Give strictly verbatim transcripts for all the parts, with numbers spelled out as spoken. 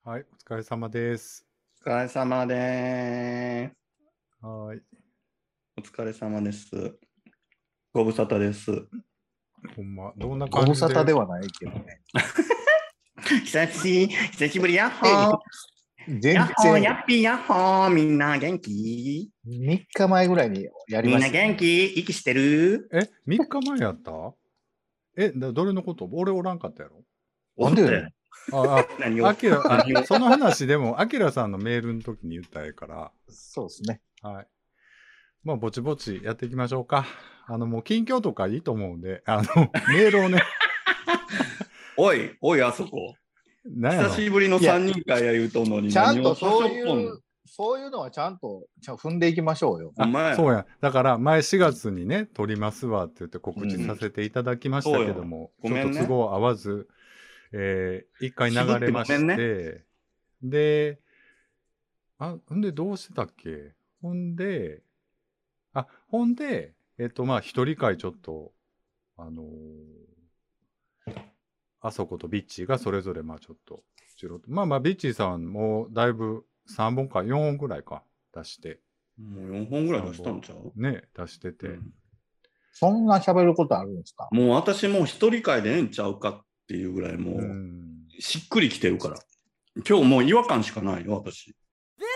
はい、お疲れ様です。 お疲れ様です。 はい。 お疲れ様です。ご無沙汰です。 ほんま、どんなご無感じで。 沙汰ではないけどね。 久し久しぶりやっほー。や全っほー、や然、 っぴーやっほー。みんな元気みっかまえぐらいにやりみんなましたね。 元気息してるえ、みっかまえやったえ、だどれのこと俺おらんかったやろなんでよね。 あ、あ、 何をアキラ、あ何をその話でも、アキラさんのメールの時に言ったらええから、 そうですね。 はい。まあ、ぼちぼちやっていきましょうか。あの、もう近況とかいいと思うんで、あの、メールをね、 おい、おい、あそこ。 なんやろ久しぶりのさんにん会や言うとんのに、 ちゃんと何をそうしょっぽんのいう、そういうのはちゃんとちゃんと踏んでいきましょうよ。 ほんまや。 そうや。だから、前しがつにね、撮りますわって言って告知させていただきましたけども、 うんそうよごめんねちょっと都合合わず、えー、一回流れまして、 渋ってごめんで、あ、ほんでどうしてたっけほんで、あ、ほんで、えっと、まあ、一人会ちょっと、あのー、あそことビッチーがそれぞれ、まあちょっと、ちろっとまあまあ、ビッチーさんもだいぶさんぼんかよんほんぐらいか出して、 もうよんほんぐらい出したんちゃう、 ね、出してて、 うんそんな喋ることあるんですか？ もう私もう一人会でええんちゃうかっていうぐらいもううんしっくりきてるから。今日もう違和感しかないよ、私。 This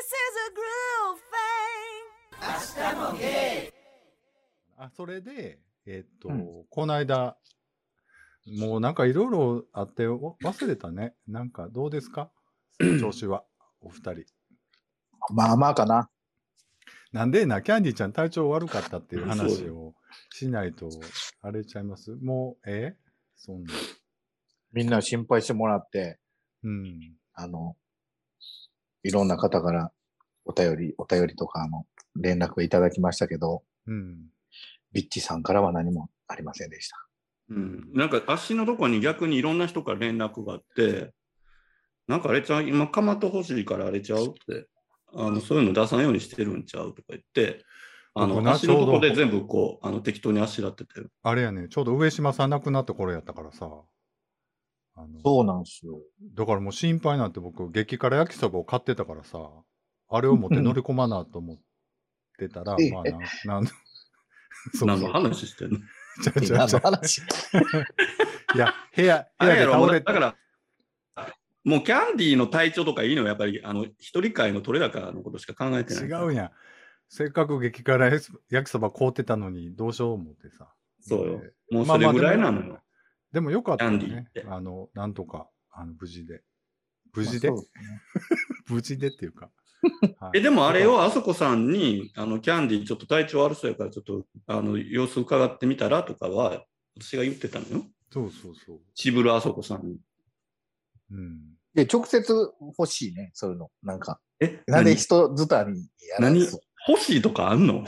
is a groove thing. 明日もゲあ、それで、えっと、 うんこの間、もうなんかいろいろあってわ忘れたね。なんかどうですか調子は、お二人。 まあまあかな。 なんでな、キャンディちゃん体調悪かったっていうそう話をしないと、あれちゃいますもう、えそんな。 みんな心配してもらって、 うん。 あの、いろんな方からお便り、お便りとかあの連絡いただきましたけど、 うん。 ビッチさんからは何もありませんでした。 うん、なんか足のとこに逆にいろんな人から連絡があって、なんかあれちゃう、今かまってほしいからあれちゃうって、あのそういうの出さんようにしてるんちゃうとか言って、あ僕なの足のとちょうどこで全部こうあの適当にあしらってて。 あれやね、ちょうど上島さん亡くなった頃やったからさ。あのそうなんですよ。 だからもう心配になって僕、激辛焼きそばを買ってたからさ、あれを持って乗り込まなと思ってたら、 えまあな、なん、そう何のそう。 話してんのちゃちゃ何ちゃ。 の話？ いや、部屋、部あれやろ、も屋で倒れうだから、もうキャンディーの体調とかいいのはやっぱりあの一人会の取れ高のことしか考えてないから。 違うやん。せっかく激辛焼きそば買うてたのにどうしよう思ってさ。 そうよで。 もうそれぐらいなのよ。 でもよかったよキャンディーっねて。 あの、なんとか、あの、無事で。無事で、 まあそうですね。 無事でっていうか。はいえでもあれをあそこさんにあのキャンディーちょっと体調悪そうやからちょっとあの様子伺ってみたらとかは私が言ってたのよ。 そうそうそう。 渋るあそこさんに。 うん。 で、直接欲しいね、そういうの。なんか。 えなんで何人伝いにやらん何の？ 欲しいとかあんの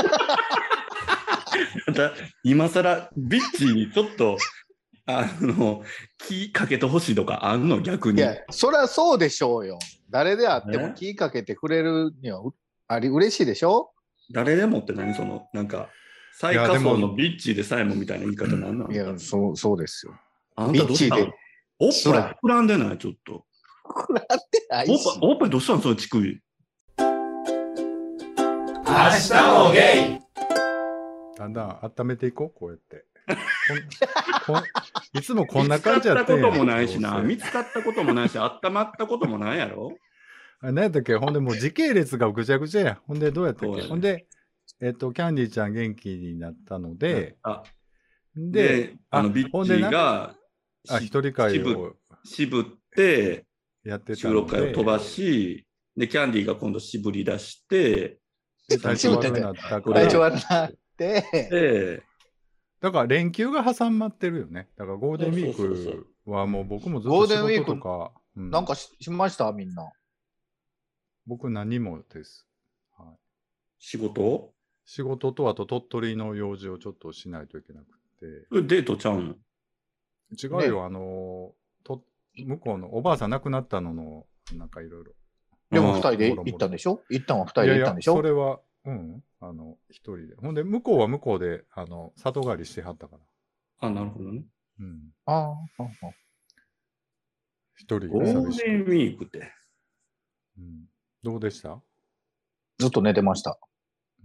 また今更ビッチにちょっとあの気かけてほしいとかあんの逆に。 いや、そりゃそうでしょうよ。誰であっても気かけてくれるにはうあり嬉しいでしょ？ 誰でもって何そのなんか最下層のビッチでさえもみたいな言い方なんなんいや、そう、そうですよ。 あんたどうしたのビッチおっそらぱい膨らんでないちょっと。 くらってないおっしぱいおっぱいどうしたのその乳首。 明日もゲイ。 だんだん温めていこう、こうやって。こんこんいつもこんな感じやってんやん見つかったこともないしな、 どうせ見つかったこともないし、温まったこともないやろ。 あれ何やったっけほんでもう時系列がぐちゃぐちゃや。ほんでどうやったっそうやねけほんで、えっと、キャンディーちゃん元気になったので、 あで、 で、あのビッチーがあ、 し一人会渋を渋ってやってた収ので、 録会を飛ばし、で、キャンディーが今度渋り出して、 で体調悪くなったから、 体調悪くなって、 で、 だから連休が挟まってるよね。だからゴールデンウィーそうそうそうクはもう僕もずっゴーと仕ルデンウィーク事とか、うなんかししましたみんな。 僕何もです。はい、 仕事仕事とあと鳥取の用事をちょっとしないといけなくて。 デートちゃうの違うよ、あのと、向こうのおばあさん亡くなったのの、なんかいろいろ。 でもあー二人で行ったんでしょ？行ったんは二人で行ったんでしょ？ いやいや、それは、うん、あの、一人で。ほんで、向こうは向こうで、あの、里帰りしてはったから。 あ、なるほどね。 うん。 ああ、ああ一人ゴール寂しく。 デンウィークって。 うん、どうでした？ ずっと寝てました。 うん、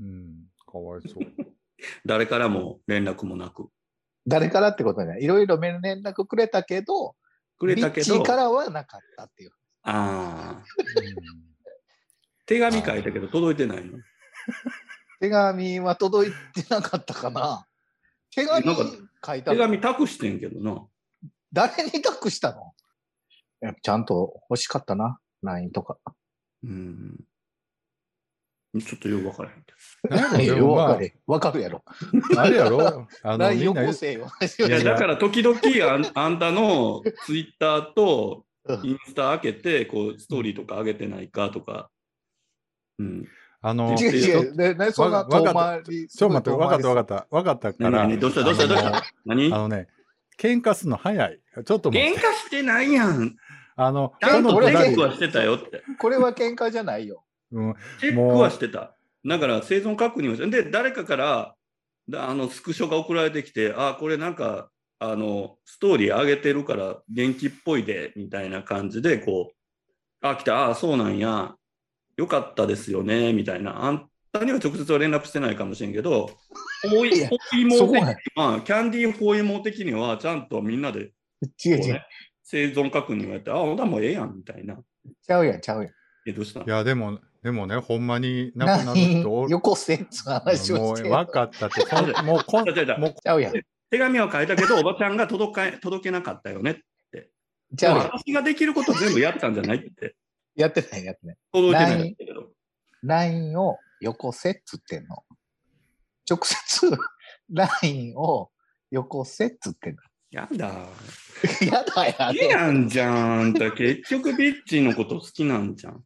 かわいそう。 誰からも連絡もなく。 誰からってことね。いろいろ連絡くれたけど、 くれたけどビッチー、からはなかったっていう。 ああ、 うん手紙書いたけど届いてないの。 手紙は届いてなかったかな。手紙なんか書いたの手紙託してんけどな。 誰に託したの？やっぱちゃんと欲しかったな。ライン とか。 うん。ちょっとよくわからへんけなんやろいやでもまあわかる。わかるやろ。 あれやろあのライン よみんなこせよ。 ど。いや、 いやだから時々あんあんたのツイッターとうんインスタ開けて、こう、ストーリーとか上げてないかとか。うん。 あの違う違う。でね、そんなわか遠回り。 ちょっと待って、分かった分かっった。分かったか何ら。 何どうしたどうしたどうした何あのね、喧嘩するの早い。ちょっと待喧嘩って。 してないやん。 あの、 ちゃんとこのくだりチェックはしてたよって。 これは喧嘩じゃないよ。 うん、 チェックはしてた。だから生存確認をして、で、誰かからだあのスクショが送られてきて、あ、これなんか、あの、ストーリー上げてるから元気っぽいで、みたいな感じで、こう、あ、来た、あ、そうなんや、よかったですよね、みたいな。あんたには直接は連絡してないかもしれんけど、包囲いや包囲網的にそこはは、キャンディー包囲網的には、ちゃんとみんなで、 違う違う。 こうね、生存確認をやって、あ、ほんならもうええやん、みたいな。 ちゃうやん、ちゃうやん。 え、どうしたいや、でも、でもね、ほんまに亡くなる人おる。 よこせっつう話もうをして。 分かったって、そんもうこん違う違う違うもうちゃうやん。 手紙は書いたけど、おばちゃんが届か届けなかったよね。でもちゃうやん。 私ができること全部やったんじゃないって。 やってない、やってない。 届いてないんだけど。 ライン をよこせっつってんの。直接 ライン をよこせっつってんの。 やだ。 やだやいいやんじゃん。あんた結局ビッチーのこと好きなんじゃん。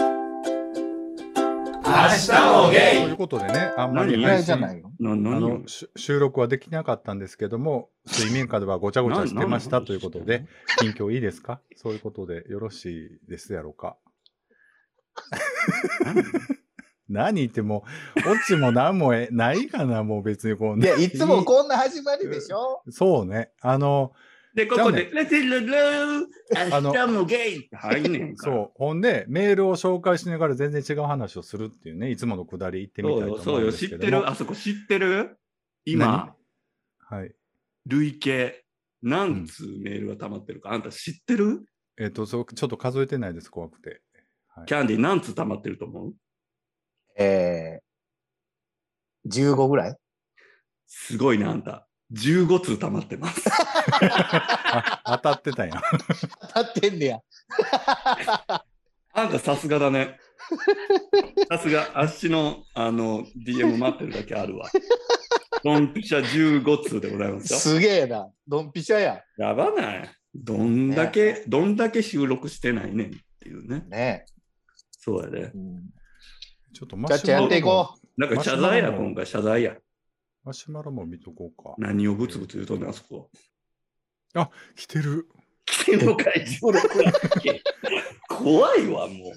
明日もゲということでね、あんまり何嫌配信いじゃないよ。 な、 あ何のし収録はできなかったんですけども、水面下ではごちゃごちゃしてましたということで、近況いいですか？そういうことでよろしいですやろうか。何言っても、オチも何もえないかな、もう別にこんな。 いや、いつもこんな始まりでしょ？ そうね。あの、 で、ここで、 じレテルルーあの明日もゲイって入んねんから。 そう。ほんで、メールを紹介しながら全然違う話をするっていうね、いつものくだり行ってみそうよ、 たいとそうよ、 思うんです知ってけども。 るあそこ知ってる今、 はい。 累計何通メールが溜まってるか、あんた知ってるえっ、とそう、ちょっと数えてないです、怖くて。はいキャンディー何通溜まってると思うえー、じゅうごぐらいすごいな、あんた。じゅうご通溜まってます。 あ、当たってたやん。 当たってんねや。 あんたさすがだね。さすが、あっしの、あの、ディーエム 待ってるだけあるわ。ドンピシャじゅうご通でございますよ。 すげえな。ドンピシャや。 やばないどんだけ、どんだけ収録してないねんっていうね。 ねそうやでえ。。うんちょっとマちゃっちゃやっていこなんか謝罪や、今回謝罪や。 マシュマロも見とこうか。 何をブツブツ言うとんねん、あそこ。 あ、来てる。 来てんのかい、収録やっけ。怖いわ、もう。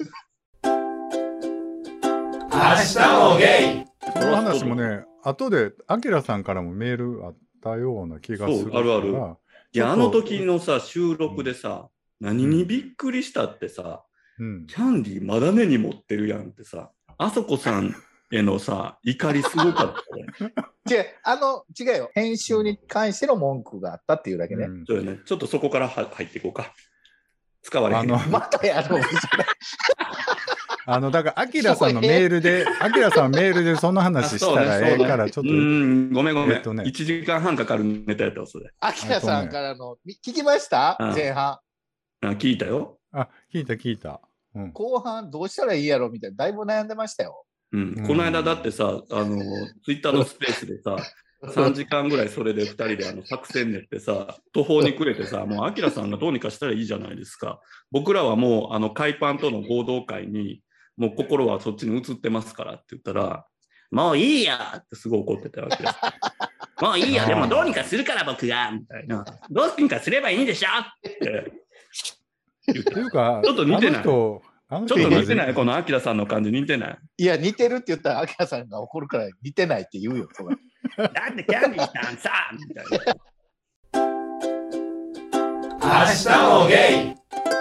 明日もゲイ。 この話もね、後で、アキラさんからもメールあったような気がするから。 そうあるあるいや、あちょっとの時のさ、収録でさ、何にびっくりしたってさ、 うん。 キャンディーまだ根に持ってるやんってさ、あそこさんへのさ、怒りすごかったね。 う。違う、あの、違うよ。編集に関しての文句があったっていうだけね。 うんそうよね。ちょっとそこからは入っていこうか。使われへん。 あの、 またやろう。 あの、だから、アキラさんのメールで、アキラさんメールでその話したらええから、ちょっとう、ん、ごめんごめん。 えっとねいちじかんはんかかるネタやったわ、それ。 アキラさんからの、み聞きましたうん前半。 あ聞いたよ。 あ、聞いた聞いた。うん。 後半どうしたらいいやろみたいな、だいぶ悩んでましたよ。 うんうんこの間だってさ、あの、ツイッターのスペースでさ、さんじかんぐらいそれでふたりであの作戦練ってさ、途方に暮れてさ、もうアキラさんがどうにかしたらいいじゃないですか。僕らはもう、あの、海パンとの合同会に、もう心はそっちに移ってますからって言ったら、もういいやってすごい怒ってたわけです。もういいよ、でもどうにかするから僕が、みたいな。どうにかすればいいんでしょって言ってというか、 ちょっと似てないあの人、あのちょっと似てない今このアキラさんの感じ似てないいや、似てるって言ったら、アキラさんが怒るから似てないって言うよ。そらだってキャンディーさんさみたいな。 明日もゲイ。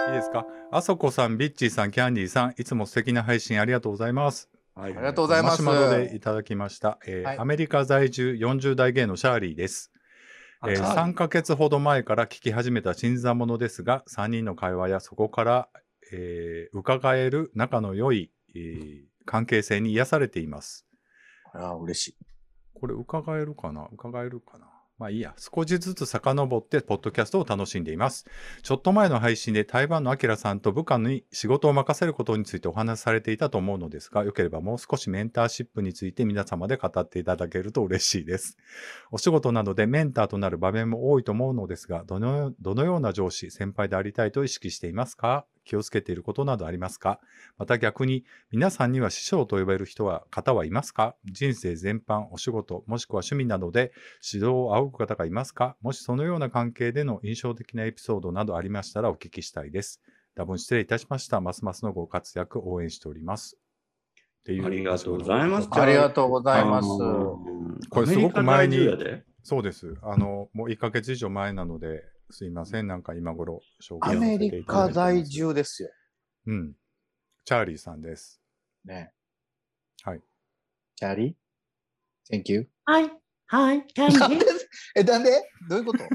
いいですか。あそこさん、ビッチーさん、キャンディーさん、いつも素敵な配信ありがとうございます。 はいありがとうございますマシュマロでいただきました。えーはいアメリカ在住よんじゅう代芸のシャーリーです。えー、 あさんかげつほど前から聞き始めた新参者ですが、さんにんの会話やそこから、えー伺える仲の良い、えー関係性に癒されています。 ああ、嬉しい。 これ伺えるかな伺えるかなまあいいや。少しずつ遡って、ポッドキャストを楽しんでいます。ちょっと前の配信で台湾のアキラさんと部下に仕事を任せることについてお話しされていたと思うのですが、よければもう少しメンターシップについて皆様で語っていただけると嬉しいです。お仕事などでメンターとなる場面も多いと思うのですが、どの、どのような上司、先輩でありたいと意識していますか？気をつけていることなどありますか？また逆に、皆さんには師匠と呼べる人は、方はいますか？人生全般、お仕事、もしくは趣味などで指導を仰ぐ方がいますか？もしそのような関係での印象的なエピソードなどありましたらお聞きしたいです。多分失礼いたしました。ますますのご活躍応援しております。っていうありがとうございます。 ありがとうございます。 これすごく前にアメリカ在住やでそうです。あの、もういっかげつ以上前なので、すいません。なんか今頃紹ア介させメていただいてます。 リカ在住ですよ。 うん。チャーリーさんです。 ね。 はい。 チャーリー ?Thank you. はい、はい、キャンディー。 え、なんでどういうこと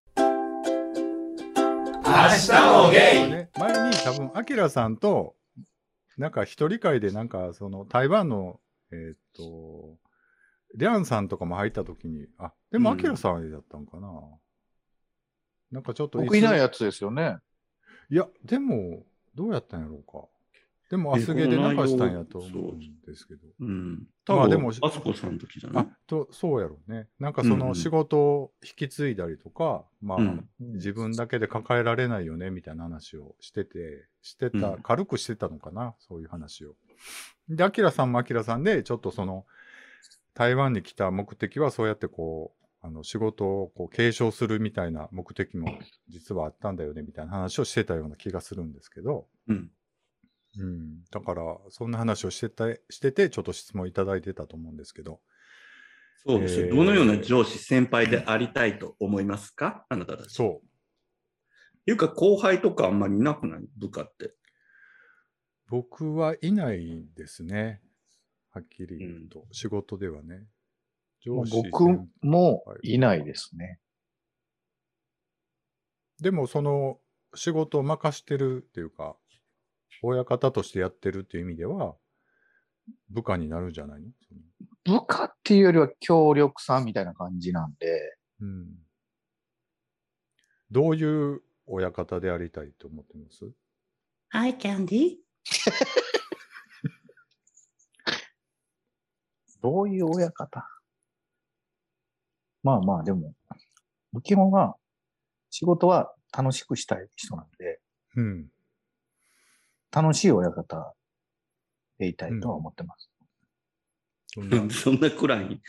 明日もゲイ。 ね、前に多分、アキラさんと、なんか一人会で、なんかその台湾の、えーっと、リャンさんとかも入った時に、あ、でもうんアキラさんだったんかな。なんかちょっと僕いないややつですよね。 いや、でも、どうやったんやろうか。でも、 えアスゲでこの内容流したんやと思うんですけど。 うん。多分、 まあでもあそこさんの時じゃないあと、そうやろうね。なんかそうんうんの仕事を引き継いだりとか、まあ、 うん自分だけで抱えられないよね、みたいな話をしてて、してた、 うん軽くしてたのかな、そういう話を。で、アキラさんもアキラさんで、ちょっとその、台湾に来た目的はそうやってこう、あの仕事をこう継承するみたいな目的も実はあったんだよねみたいな話をしてたような気がするんですけど、 うん。 うん、だからそんな話をしてたしててちょっと質問いただいてたと思うんですけど、 そうですよ、 えーどのような上司、先輩でありたいと思いますかあなたたち。 そういうか、後輩とかあんまりいなくない部下って。 僕はいないですね、はっきり言うと、仕事ではね。上司僕もいないですね。 でもその仕事を任してるっていうか、親方としてやってるっていう意味では、部下になるんじゃないの？ 部下っていうよりは協力さんみたいな感じなんで、 うん。どういう親方でありたいと思ってます？ はい、キャンディー。 どういう親方まあまあ、でも、基本は仕事は楽しくしたい人なんで、 うん。 楽しい親方でいたいとは思ってます。 そんな、 そんなくらいに。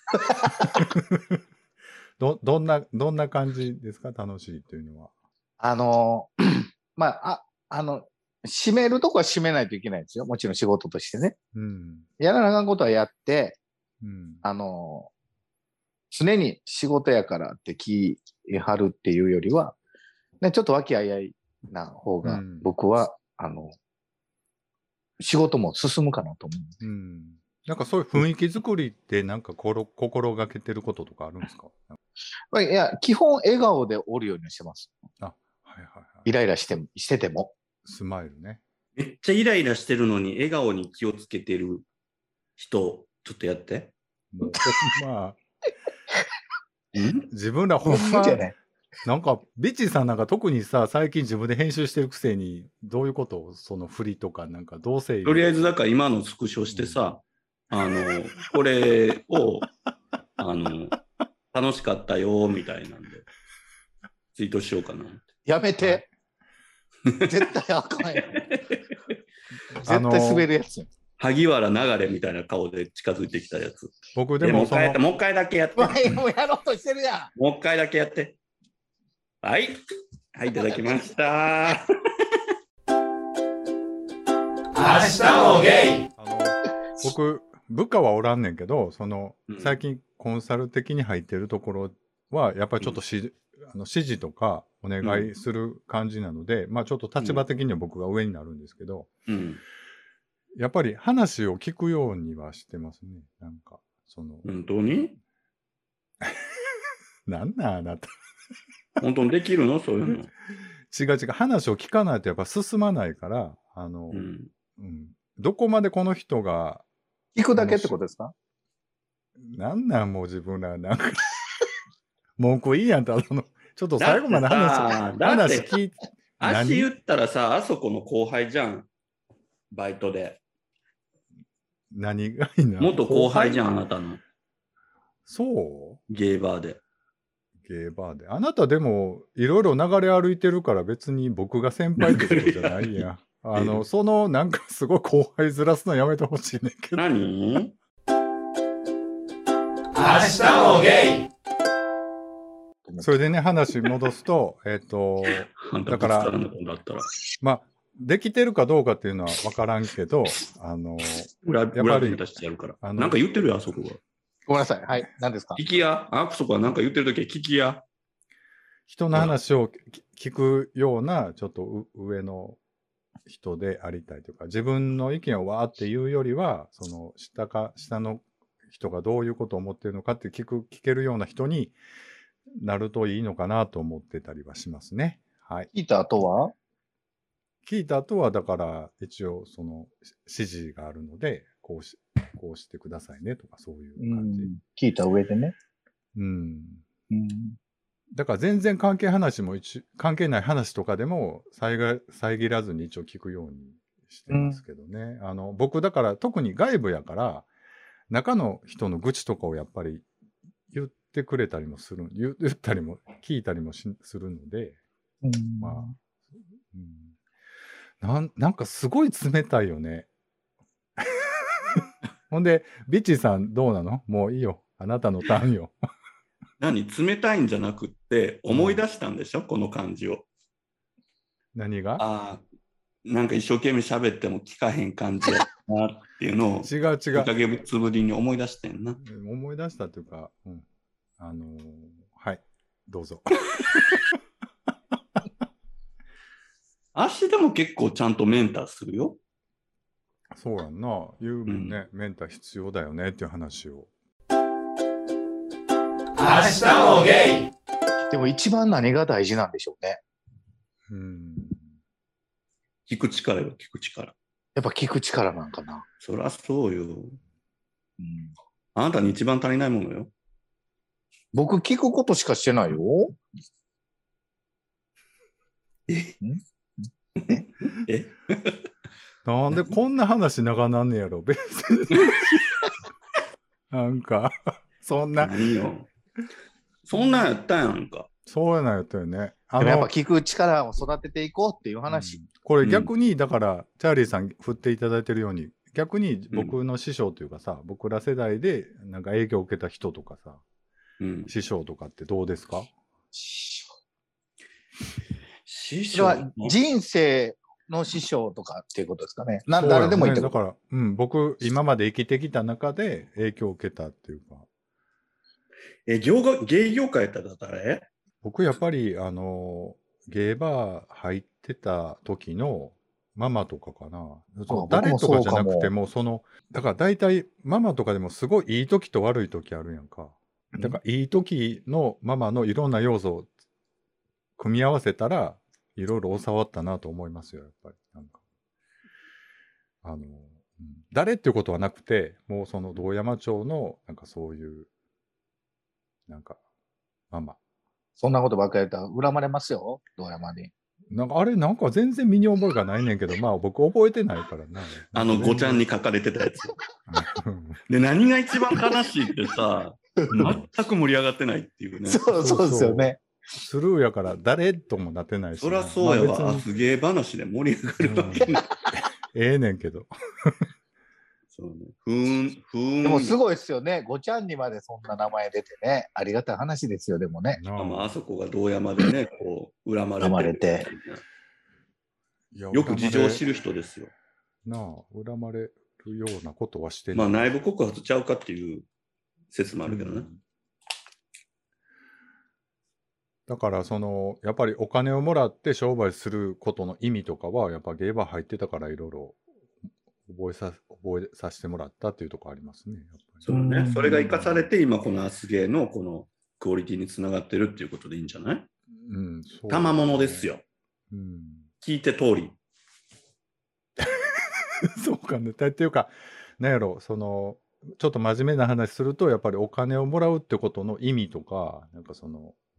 ど、どんな、どんな感じですか？楽しいというのは。 あの、まあ、あ、あの、締めるとこは締めないといけないんですよ。もちろん仕事としてね。 うん。 やらなあかんことはやって、 うん。 あの、常に仕事やからって気張るっていうよりは、ね、ちょっと和気あいあいな方がうん僕は、あの、仕事も進むかなと思う。 うん。なんかそういう雰囲気作りってなんかころ心がけてることとかあるんですか？ まあいや、基本笑顔でおるようにしてます。 あ、はいはいはい。 イライラしてもしてても。 スマイルね。 めっちゃイライラしてるのに、笑顔に気をつけてる人、ちょっとやって。 もうほんま、 ん自分らほんまじゃ、ないなんか、ビッチーさんなんか特にさ、最近自分で編集してるくせに、どういうことを、その振りとか、なんか、どうせ。 とりあえず、だから今のスクショしてさ、あの、これを、あの、楽しかったよ、みたいなんで、ツイートしようかな。 やめて。絶対あかんよ。 あの絶対滑るやつよ。 萩原流れみたいな顔で近づいてきたやつ。 僕ででもうもその一回やって、もう一回だけやって。 お前もうやろうとしてるやん。 もう一回だけやって。はい。はい、いただきました。 明日もゲイ。 あの僕部下はおらんねんけど、そのうん最近コンサル的に入ってるところはやっぱりちょっとし、あの指示とかお願いする感じなので、まあちょっと立場的には僕が上になるんですけど、 うん。 やっぱり話を聞くようにはしてますね。なんか、その、 本当になんなんあなた。 本当にできるのそういうの。 違う違う、話を聞かないとやっぱ進まないから、あの、 うん。 うん、どこまでこの人が、 聞くだけってことですか？ なんなんもう自分らなんか、文句いいやんただの、ちょっとだって最後まで話、 さ、だって、 話聞いて、 足言ったらさ、あそこの後輩じゃん。バイトで。 何がいいな。 元後輩じゃん、あん。 なたの。 そうゲーバーで。 ゲーバーで。あなたでも、いろいろ流れ歩いてるから別に僕が先輩ってことじゃないやん。あの、その、なんかすごい後輩ずらすのやめてほしいねんけど。 何明日もゲイ。 それでね、話戻すと、えっと、 あんただからぶつからんのだったら。 まあ、できてるかどうかっていうのは分からんけど、あの、 裏、 ぱり裏で出してやるから。 あのなんか言ってるよ、あそこは。 ごめんなさい。はい。何ですか？ 聞きや。あそこはなんか言ってるときは聞きや。 人の話を聞くような、ちょっとう上の人でありたいというか、自分の意見をわーって言うよりは、その下か、下の人がどういうことを思ってるのかって聞く、聞けるような人になるといいのかなと思ってたりはしますね。はい。 聞いた後は？ 聞いた後は、だから一応その指示があるので、こうし、こうしてくださいねとかそういうう感じ。 ん。聞いた上でね。 うん。 うん。 だから全然関係話も一、関係ない話とかでも遮遮らずに一応聞くようにしてますけどね。あの、僕だから特に外部やから、中の人の愚痴とかをやっぱり言ってくれたりもする、言言ったりも聞いたりもしするので、 うん。 まあ、うん、なんなんかすごい冷たいよね。ほんで、ビッチーさんどうなの？もういいよ。あなたのターンよ。 何冷たいんじゃなくって思い出したんでしょ、この感じを。 何が？ ああ、なんか一生懸命喋っても聞かへん感じやなっていうのを、 違う違う。 にかげつぶりに思い出してんな。 思い出したというか、うん、あのー、はい、どうぞ。 足でも結構ちゃんとメンターするよ。 そうやんな。言うもんね、うん、メンター必要だよねっていう話を。 明日もゲイ。でも一番何が大事なんでしょうね。 うん。 聞く力よ、聞く力。 やっぱ聞く力なんかな。 そりゃそうよ。 うん、 あなたに一番足りないものよ。 僕聞くことしかしてないよ。 ええなんでこんな話長なんねやろ、別に。なんか、そんな。 何よ。そんなんやったやんか。 そうやなんやったよね。 あのでもやっぱ聞く力を育てていこうっていう話。うん、 これ逆に、だから、うん、チャーリーさん振っていただいてるように、逆に僕の師匠というかさ、うん、僕ら世代でなんか影響を受けた人とかさ、うん、師匠とかってどうですか？ 師匠。 師匠は人生の師匠とかっていうことですかね。な、誰でもいいってこと。 だから、うん、僕、今まで生きてきた中で影響を受けたっていうか。 え、業が芸業界やったら誰？ 僕、やっぱり、あの、ゲーバー入ってた時のママとかかな。誰とかじゃなくても、その、だから大体ママとかでもすごいいい時と悪い時あるやんか。だからいい時のママのいろんな要素を組み合わせたら、いろいろ教わったなと思いますよ、やっぱり。なんかあの、うん、誰っていうことはなくて、もうその堂山町の、なんかそういう、なんか、ママ。 そんなことばっかり言ったら恨まれますよ、堂山に。 なんかあれ、なんか全然身に覚えがないねんけど、まあ僕覚えてないからな。 あの、ごちゃんに書かれてたやつ。で、何が一番悲しいってさ、全く盛り上がってないっていうね。 そうそうですよね。 スルーやから誰ともなってないし。 そりゃそうやわ。まあ、すげえ話で盛り上がるわけない。 ええねんけど。 そうね。ふーん、ふーん。 でもすごいですよね。ごちゃんにまでそんな名前出てね。ありがたい話ですよ、でもね。 あ, まあ、あそこが堂山でね、こう、恨まれて。 恨まれて。 よく事情を知る人ですよ。 なあ、恨まれるようなことはしてない。 まあ、内部告発ちゃうかっていう説もあるけどね。うん、 だからそのやっぱりお金をもらって商売することの意味とかはやっぱゲーバー入ってたからいろいろ覚えさ覚えさせてもらったっていうところありますね。やっぱりそうね。 うんそれが生かされて、今このアスゲーのこのクオリティにつながってるっていうことでいいんじゃない？ うん、そう賜物ですよ。 うん、 聞いて通り。 そうかね。っていうか、なんやろ、その、ちょっと真面目な話すると、やっぱりお金をもらうってことの意味とか、なんかその、うん、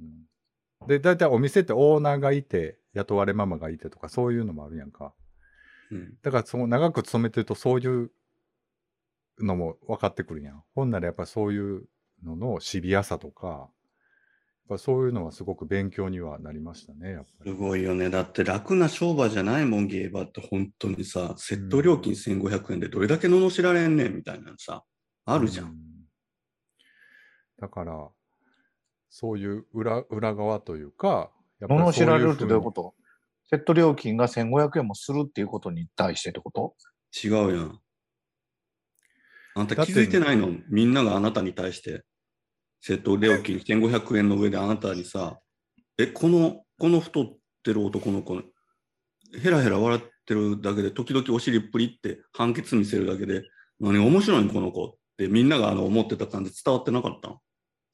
で、大体お店ってオーナーがいて、雇われママがいてとか、そういうのもあるやんか。 うん。 だからその長く勤めてるとそういうのも分かってくるやん。ほんならやっぱりそういうののシビアさとか、やっぱそういうのはすごく勉強にはなりましたね、やっぱすり。 ごいよね。だって楽な商売じゃないもん、ゲーバーって本当にさ、セット料金せんごひゃくえんでどれだけ罵られんねんみたいなのさ、あるじゃん。 うだから、そういう裏裏側というか、やっぱりそう罵られるっていうふうにどういうこと？セット料金がせんごひゃくえんもするっていうことに対してってこと？ 違うやん。あんただって気づいてないの？みんながあなたに対して、セット料金せんごひゃくえんの上であなたにさ、え、この、この太ってる男の子、ヘラヘラ笑ってるだけで、時々お尻プリって判決見せるだけで、何面白いんこの子ってみんながあの思ってた感じ伝わってなかったの？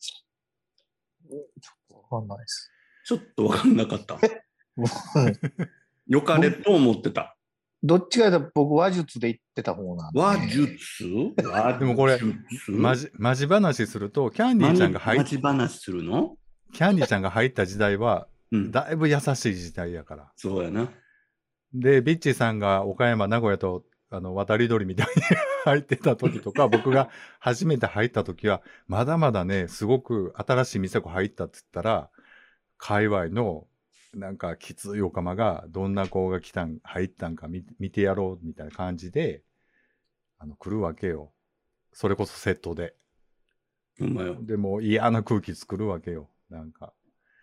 わかんないです。 ちょっとわかんなかった。よかれと思ってた。 どっちかというと僕話術で言ってた方なんで。 話術話術でもこれマジマジ話すると、キャンディーちゃんが入っマジ話するの？ キャンディーちゃんが入った時代は、 うん。 だいぶ優しい時代やから。 そうやな。 で、ビッチーさんが岡山、名古屋とあの渡り鳥みたいに入ってた時とか、僕が初めて入った時は、まだまだね、すごく新しい店子入ったっつったら、界隈のなんかきついおかまがどんな子が来たん、入ったんか見見てやろうみたいな感じで、あの来るわけよ。それこそセットで。 ほんまよ。 でも嫌な空気作るわけよ。なんか。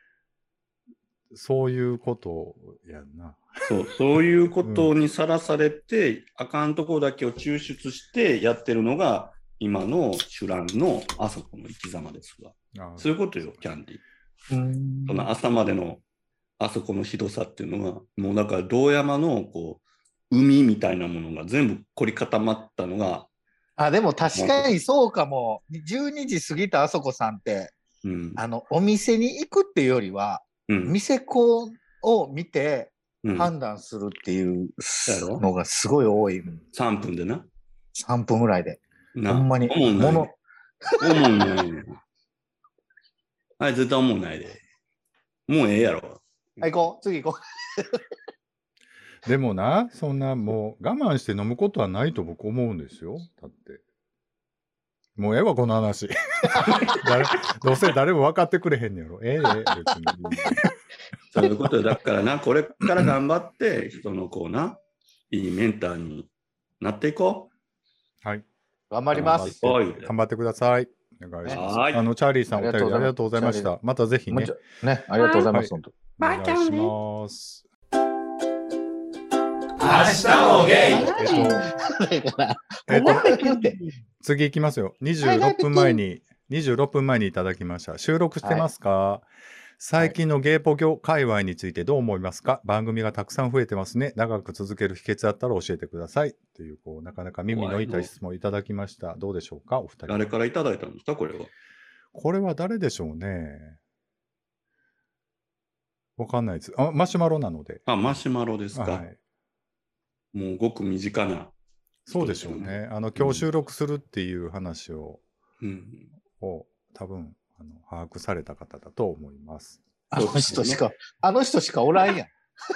そういうことやんな。 そう、そういうことにさらされて、あかんとこだけを抽出してやってるのが、今のシュランのあそこの生き様ですわ。 あそういうことよ、キャンディ。 うんその朝までのあそこのひどさっていうのが、もうだから堂山のこう海みたいなものが全部凝り固まったのが、 あ、でも確かにそうかも。じゅうにじ過ぎたあそこさんって、 うん、 あの、お店に行くっていうよりは、 うん、 店子を見てうん、 判断するっていうやろのがすごい多い。 さんぷんでな。 さんぷんぐらいで。 なほんまに。 思んない。 もの、 思んない。あい、絶対思んないで。もうええやろ。 はい、行こう。次行こでもな、そんなもう我慢して飲むことはないと僕思うんですよ。だって。もうええわ、この話。誰どうせ誰も分かってくれへんねやろ。ええええ、別に。 そういうことよ。だからな、これから頑張って、人のこうな、いいメンターになっていこはい。 う。頑張ります。 おい頑張ってください。お願いします。 はいあの、チャーリーさんお便りありがとうございましありがた。またぜひねもうち、ょね、ありがとうございます。 はい本当お願いします。 明日もゲイ。 えっと、 だから、 えっと覚えて言うて。 次行きますよ。にじゅうろっぷんまえに、にじゅうろっぷんまえにいただきました。収録してますか？最近のゲイポ業界隈についてどう思いますか？番組がたくさん増えてますね。長く続ける秘訣あったら教えてください。という、こう、なかなか耳の痛い質問いただきました。どうでしょうか、お二人。 誰からいただいたんですか、これは。 これは誰でしょうね。わかんないです。あ、マシュマロなので。 あ、マシュマロですか。 はい。 もうごく身近な。 そうでしょうね。あの、今日収録するっていう話を、 うん。 を多分、あの、把握された方だと思います。 あの人しか、あの人しかおらんやん。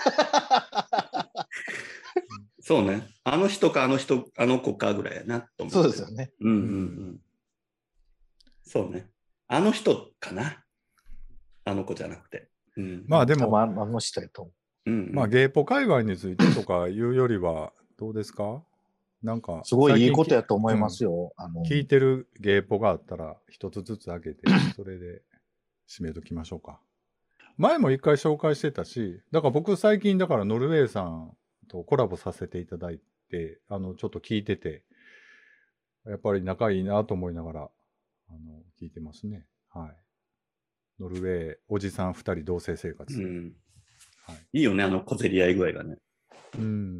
そうね。あの人かあの人、あの子かぐらいやなと思って。 そうですよね。 うんうんうん。そうね。あの人かな。あの子じゃなくて。うん。 まあでも、 多分あのあの人やと思う。 うんうん、 まあ、ゲイポ界隈についてとかいうよりは、どうですか？なんか、 すごいいいこと最やと思いますよ。あの近き聞いてるゲイポがあったら、一つずつ開けて、それで締めときましょうか。前も一回紹介してたし、だから僕最近だからノルウェーさんとコラボさせていただいて、あの、ちょっと聞いてて、やっぱり仲いいなと思いながら、あの、聞いてますね。はい。 ノルウェーおじさんふたり同棲生活、 うんはい、 いいよね、あの小競り合い具合がね。 うん、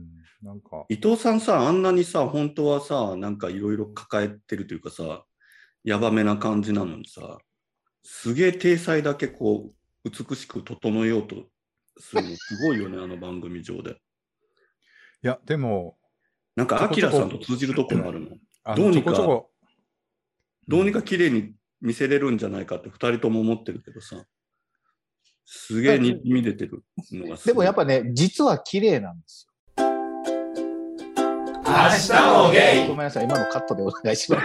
なんか伊藤さんさ、あんなにさ、本当はさ、なんかいろいろ抱えてるというかさ、やばめな感じなのにさ、すげえ体裁だけこう、美しく整えようとするの、すごいよね、あの番組上で。 いや、でも、 なんか、アキラさんと通じるところあるの。 あどうにかちょこちょこどうにか綺麗に見せれるんじゃないかってふたりとも思ってるけどさ、すげえに見出てるのがすごい。 でもやっぱね、実は綺麗なんですよ。 明日もゲイ。 ごめんなさい、今のカットでお願いします。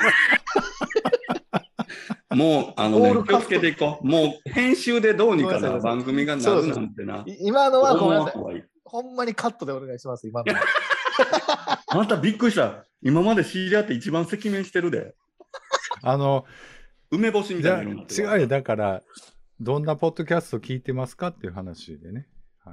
もう、あのねオール、 気をつけていこう。もう、編集でどうにかなごめんなさい番組がなるなんてな。 今のはごめんなさい。 思わん方がいいほんまにカットでお願いします、今の。 あなたびっくりした。今まで知り合って一番赤面してるで。 あの、 梅干しみじゃあたいなのになってるわ違うよ、だから、どんなポッドキャスト聞いてますかっていう話でね。はい。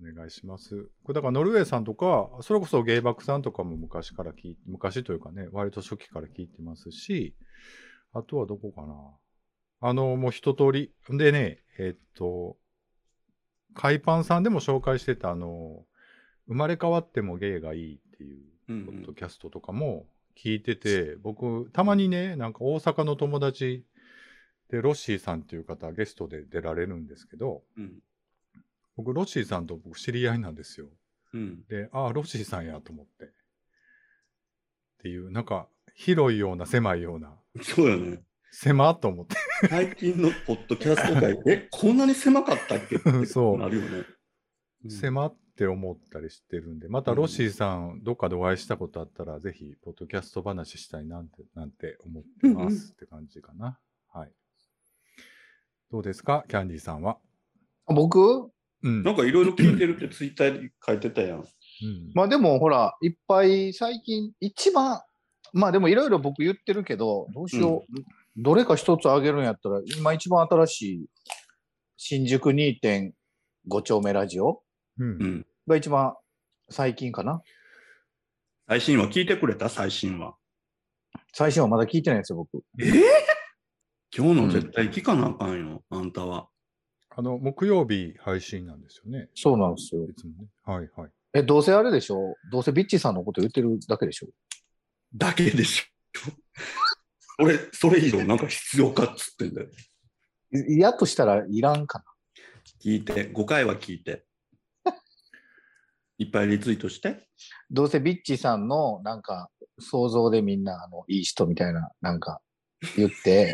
お願いします。これだから、ノルウェーさんとか、それこそゲイバクさんとかも昔から聞いて、昔というかね、割と初期から聞いてますし、あとはどこかな。あの、もう一通り。でね、えっと、海パンさんでも紹介してた、あの、生まれ変わってもゲイがいいっていううんうんポッドキャストとかも聞いてて、僕、たまにね、なんか大阪の友達で、ロッシーさんっていう方、ゲストで出られるんですけど、 うん僕、ロッシーさんと僕知り合いなんですよ。 うんで、ああ、ロッシーさんやと思って。っていう、なんか、広いような、狭いような、 そうよね。 狭っと思って。 最近のポッドキャスト界、え、こんなに狭かったっけってそうなるよね。うん狭って思ったりしてるんで、またロッシーさん、どっかでお会いしたことあったら、ぜひ、ポッドキャスト話したいなんて、なんて思ってまうんうんすって感じかな。はい。どうですか、キャンディーさんは。 僕うん。 なんかいろいろ聞いてるってツイッターで書いてたやん。 うんまあでもほら、いっぱい最近、一番、まあでもいろいろ僕言ってるけど、どうしよう。どれか一つあげるんやったら、今一番新しい新宿 にてんご 丁目ラジオうんうん。 が一番最近かな。 最新話聞いてくれた最新話。 最新はまだ聞いてないんですよ、僕。 えー、今日の絶対聞かなあかんよ、あんたは。 あの、木曜日配信なんですよね。 そうなんですよ。 いつもね。はいはい。 え、どうせあれでしょどうせビッチーさんのこと言ってるだけでしょだけでしょ。俺、それ以上なんか必要かっつってんだよ。 いやとしたらいらんかな。 聞いて、ごかいは聞いて。いっぱいリツイートして。 どうせビッチーさんのなんか想像でみんなあのいい人みたいななんか言って、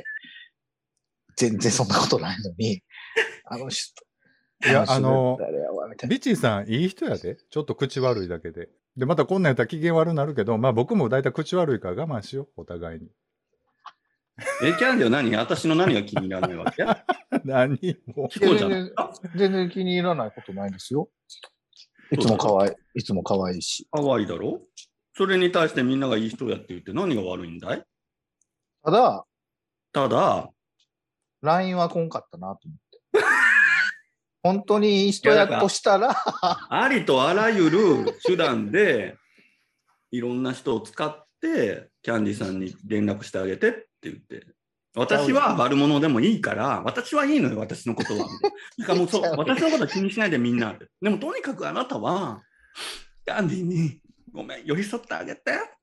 全然そんなことないのに、あの人、 いや、あ人の、 誰やわみたいな。 ビッチーさん、いい人やで。ちょっと口悪いだけで。で、またこんなんやったら機嫌悪なるけど、まあ僕も大体口悪いから我慢しよう、お互いに。 え、キャンディは何私の何が気に入らないわけ何も聞こうじゃん。 全然全然気に入らないことないですよ。いつも可愛い、いつも可愛いし。 かわいいだろそれに対してみんながいい人やって言って何が悪いんだいただ、 ただ、 ライン は来んかったなと思って。本当にいい人やとしたら、 ありとあらゆる手段でいろんな人を使ってキャンディさんに連絡してあげてって言って、私は悪者でもいいから、私はいいのよ、私のことは。だからもうそう、私のことは気にしないでみんなって。でもとにかくあなたはキャンディにごめん、寄り添ってあげて。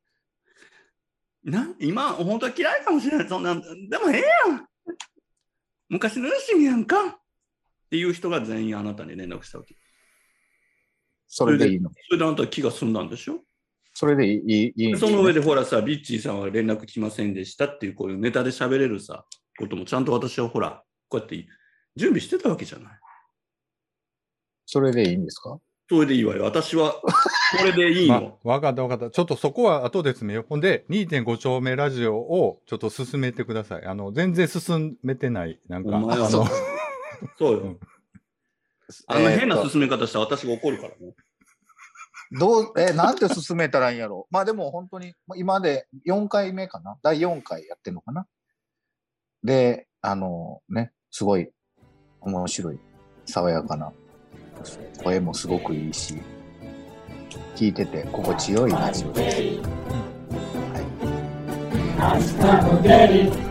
な今、本当は嫌いかもしれない。そんなんでもええやん。昔のよしみやんか。っていう人が全員あなたに連絡したわけ。 それでいいの。 それであなたは気が済んだんでしょ。 それでいい、いい、いいその上でほらさ、ビッチーさんは連絡来ませんでしたっていうこういうネタで喋れるさ、こともちゃんと私はほら、こうやって準備してたわけじゃない。 それでいいんですか？ それでいいわよ。私はこれでいいの。 ま、わかったわかった。ちょっとそこは後で詰めよう。ほんで、にてんご 丁目ラジオをちょっと進めてください。あの、全然進めてない。なんか、 お前はあの、 そうよ。 うんあのえーっと変な進め方したら私が怒るからね。 どう、え、なんて進めたらいいんやろ。まあでも本当に、まあ今でよんかいめかな。だいよんかいやってるのかな。で、あのね、すごい面白い、爽やかな、声もすごくいいし、聞いてて心地よいラジオです。はい。 明日もゲイ